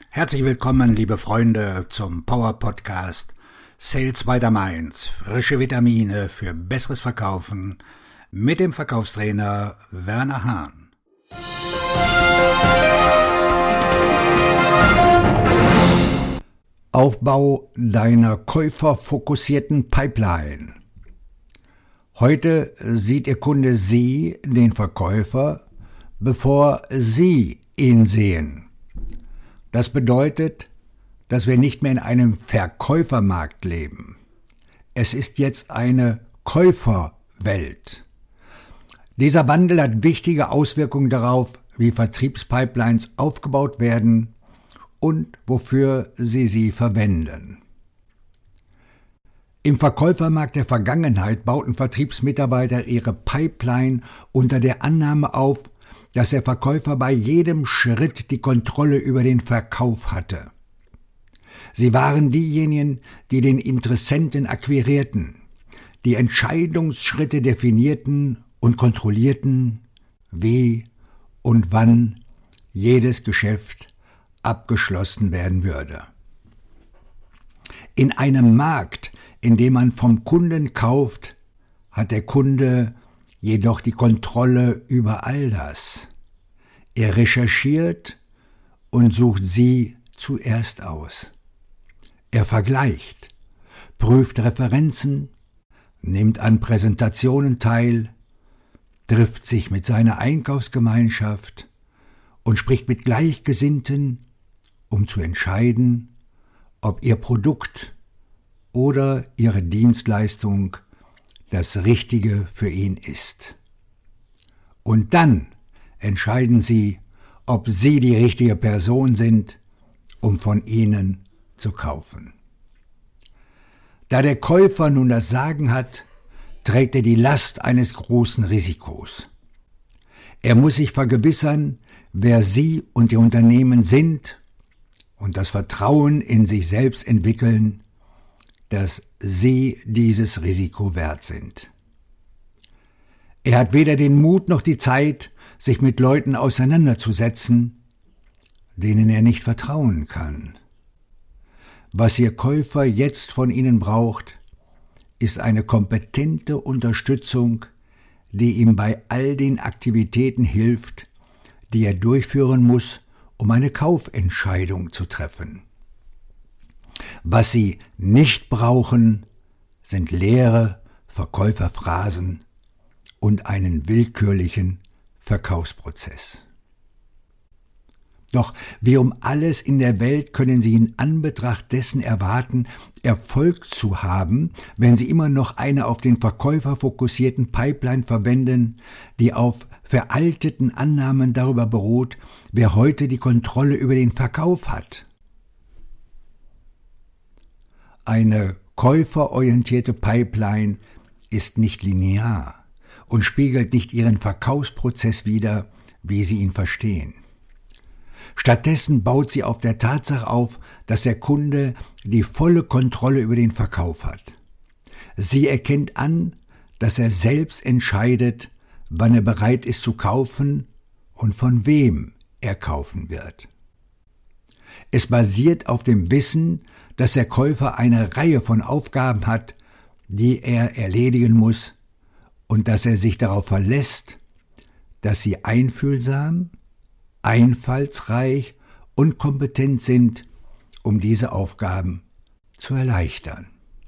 Herzlich willkommen, liebe Freunde, zum Power Podcast Sales by the Mainz. Frische Vitamine für besseres Verkaufen mit dem Verkaufstrainer Werner Hahn. Aufbau deiner käuferfokussierten Pipeline. Heute sieht Ihr Kunde Sie, den Verkäufer, bevor Sie ihn sehen. Das bedeutet, dass wir nicht mehr in einem Verkäufermarkt leben. Es ist jetzt eine Käuferwelt. Dieser Wandel hat wichtige Auswirkungen darauf, wie Vertriebspipelines aufgebaut werden und wofür sie verwenden. Im Verkäufermarkt der Vergangenheit bauten Vertriebsmitarbeiter ihre Pipeline unter der Annahme auf, dass der Verkäufer bei jedem Schritt die Kontrolle über den Verkauf hatte. Sie waren diejenigen, die den Interessenten akquirierten, die Entscheidungsschritte definierten und kontrollierten, wie und wann jedes Geschäft abgeschlossen werden würde. In einem Markt, in dem man vom Kunden kauft, hat der Kunde jedoch die Kontrolle über all das. Er recherchiert und sucht Sie zuerst aus. Er vergleicht, prüft Referenzen, nimmt an Präsentationen teil, trifft sich mit seiner Einkaufsgemeinschaft und spricht mit Gleichgesinnten, um zu entscheiden, ob Ihr Produkt oder Ihre Dienstleistung das Richtige für ihn ist. Und dann entscheiden Sie, ob Sie die richtige Person sind, um von Ihnen zu kaufen. Da der Käufer nun das Sagen hat, trägt er die Last eines großen Risikos. Er muss sich vergewissern, wer Sie und Ihr Unternehmen sind und das Vertrauen in sich selbst entwickeln, dass Sie dieses Risiko wert sind. Er hat weder den Mut noch die Zeit, sich mit Leuten auseinanderzusetzen, denen er nicht vertrauen kann. Was Ihr Käufer jetzt von Ihnen braucht, ist eine kompetente Unterstützung, die ihm bei all den Aktivitäten hilft, die er durchführen muss, um eine Kaufentscheidung zu treffen. Was Sie nicht brauchen, sind leere Verkäuferphrasen und einen willkürlichen Verkaufsprozess. Doch wie um alles in der Welt können Sie in Anbetracht dessen erwarten, Erfolg zu haben, wenn Sie immer noch eine auf den Verkäufer fokussierten Pipeline verwenden, die auf veralteten Annahmen darüber beruht, wer heute die Kontrolle über den Verkauf hat. Eine käuferorientierte Pipeline ist nicht linear und spiegelt nicht Ihren Verkaufsprozess wider, wie Sie ihn verstehen. Stattdessen baut sie auf der Tatsache auf, dass der Kunde die volle Kontrolle über den Verkauf hat. Sie erkennt an, dass er selbst entscheidet, wann er bereit ist zu kaufen und von wem er kaufen wird. Es basiert auf dem Wissen, dass der Käufer eine Reihe von Aufgaben hat, die er erledigen muss, und dass er sich darauf verlässt, dass sie einfühlsam, einfallsreich und kompetent sind, um diese Aufgaben zu erleichtern.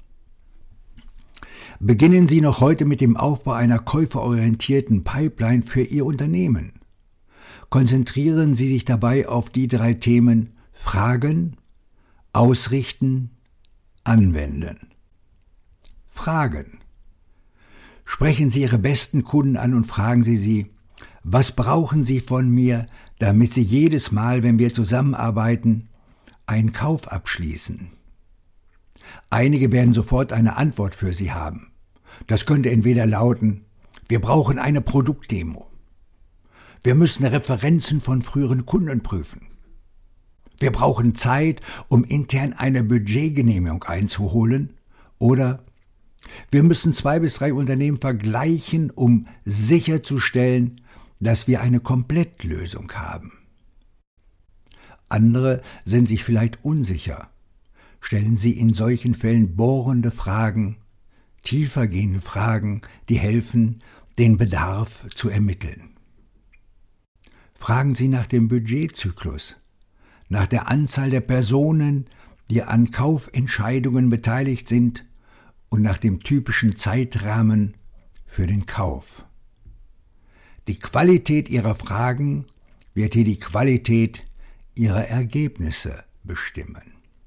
Beginnen Sie noch heute mit dem Aufbau einer käuferorientierten Pipeline für Ihr Unternehmen. Konzentrieren Sie sich dabei auf die 3 Themen Fragen, Ausrichten, Anwenden. Fragen. Sprechen Sie Ihre besten Kunden an und fragen Sie sie: Was brauchen Sie von mir, damit Sie jedes Mal, wenn wir zusammenarbeiten, einen Kauf abschließen? Einige werden sofort eine Antwort für Sie haben. Das könnte entweder lauten: Wir brauchen eine Produktdemo. Wir müssen Referenzen von früheren Kunden prüfen. Wir brauchen Zeit, um intern eine Budgetgenehmigung einzuholen. Oder wir müssen 2 bis 3 Unternehmen vergleichen, um sicherzustellen, dass wir eine Komplettlösung haben. Andere sind sich vielleicht unsicher. Stellen Sie in solchen Fällen bohrende Fragen, tiefergehende Fragen, die helfen, den Bedarf zu ermitteln. Fragen Sie nach dem Budgetzyklus, nach der Anzahl der Personen, die an Kaufentscheidungen beteiligt sind und nach dem typischen Zeitrahmen für den Kauf. Die Qualität Ihrer Fragen wird hier die Qualität Ihrer Ergebnisse bestimmen.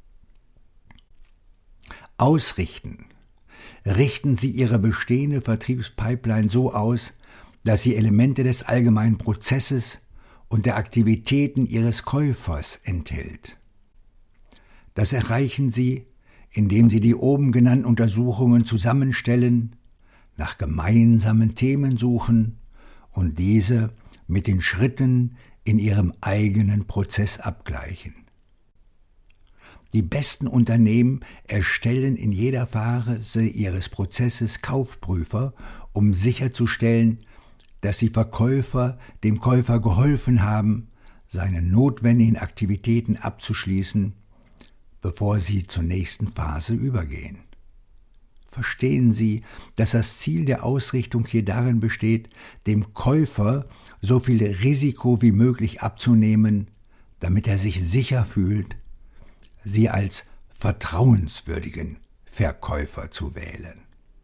Ausrichten. Richten Sie Ihre bestehende Vertriebspipeline so aus, dass sie Elemente des allgemeinen Prozesses und der Aktivitäten Ihres Käufers enthält. Das erreichen Sie, indem Sie die oben genannten Untersuchungen zusammenstellen, nach gemeinsamen Themen suchen und diese mit den Schritten in Ihrem eigenen Prozess abgleichen. Die besten Unternehmen erstellen in jeder Phase ihres Prozesses Kaufprüfer, um sicherzustellen, dass die Verkäufer dem Käufer geholfen haben, seine notwendigen Aktivitäten abzuschließen, bevor sie zur nächsten Phase übergehen. Verstehen Sie, dass das Ziel der Ausrichtung hier darin besteht, dem Käufer so viel Risiko wie möglich abzunehmen, damit er sich sicher fühlt, Sie als vertrauenswürdigen Verkäufer zu wählen.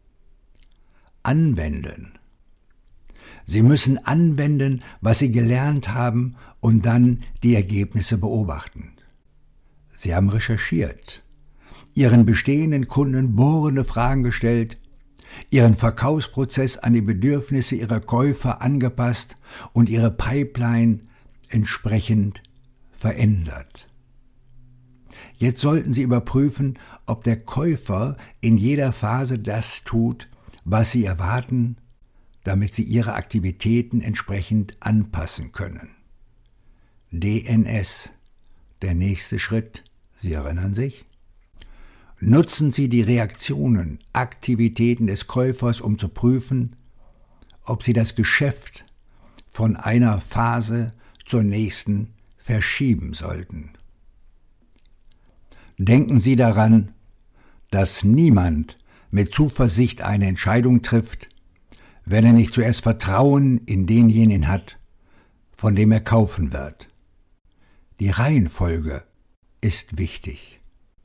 Anwenden. Sie müssen anwenden, was Sie gelernt haben und dann die Ergebnisse beobachten. Sie haben recherchiert, Ihren bestehenden Kunden bohrende Fragen gestellt, Ihren Verkaufsprozess an die Bedürfnisse Ihrer Käufer angepasst und Ihre Pipeline entsprechend verändert. Jetzt sollten Sie überprüfen, ob der Käufer in jeder Phase das tut, was Sie erwarten, damit Sie Ihre Aktivitäten entsprechend anpassen können. DNS, der nächste Schritt, Sie erinnern sich? Nutzen Sie die Reaktionen, Aktivitäten des Käufers, um zu prüfen, ob Sie das Geschäft von einer Phase zur nächsten verschieben sollten. Denken Sie daran, dass niemand mit Zuversicht eine Entscheidung trifft, wenn er nicht zuerst Vertrauen in denjenigen hat, von dem er kaufen wird. Die Reihenfolge ist wichtig.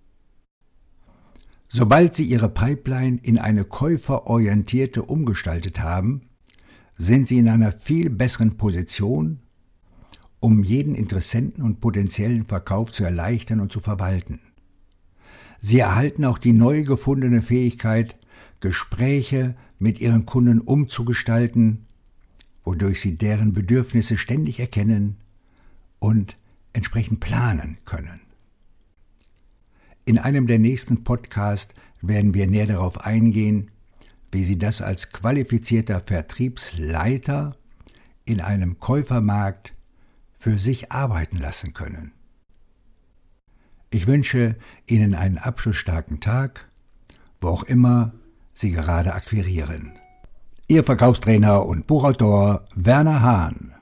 Sobald Sie Ihre Pipeline in eine käuferorientierte umgestaltet haben, sind Sie in einer viel besseren Position, um jeden Interessenten und potenziellen Verkauf zu erleichtern und zu verwalten. Sie erhalten auch die neu gefundene Fähigkeit, Gespräche mit Ihren Kunden umzugestalten, wodurch Sie deren Bedürfnisse ständig erkennen und entsprechend planen können. In einem der nächsten Podcasts werden wir näher darauf eingehen, wie Sie das als qualifizierter Vertriebsleiter in einem Käufermarkt für sich arbeiten lassen können. Ich wünsche Ihnen einen abschlussstarken Tag, wo auch immer Sie gerade akquirieren. Ihr Verkaufstrainer und Buchautor Werner Hahn.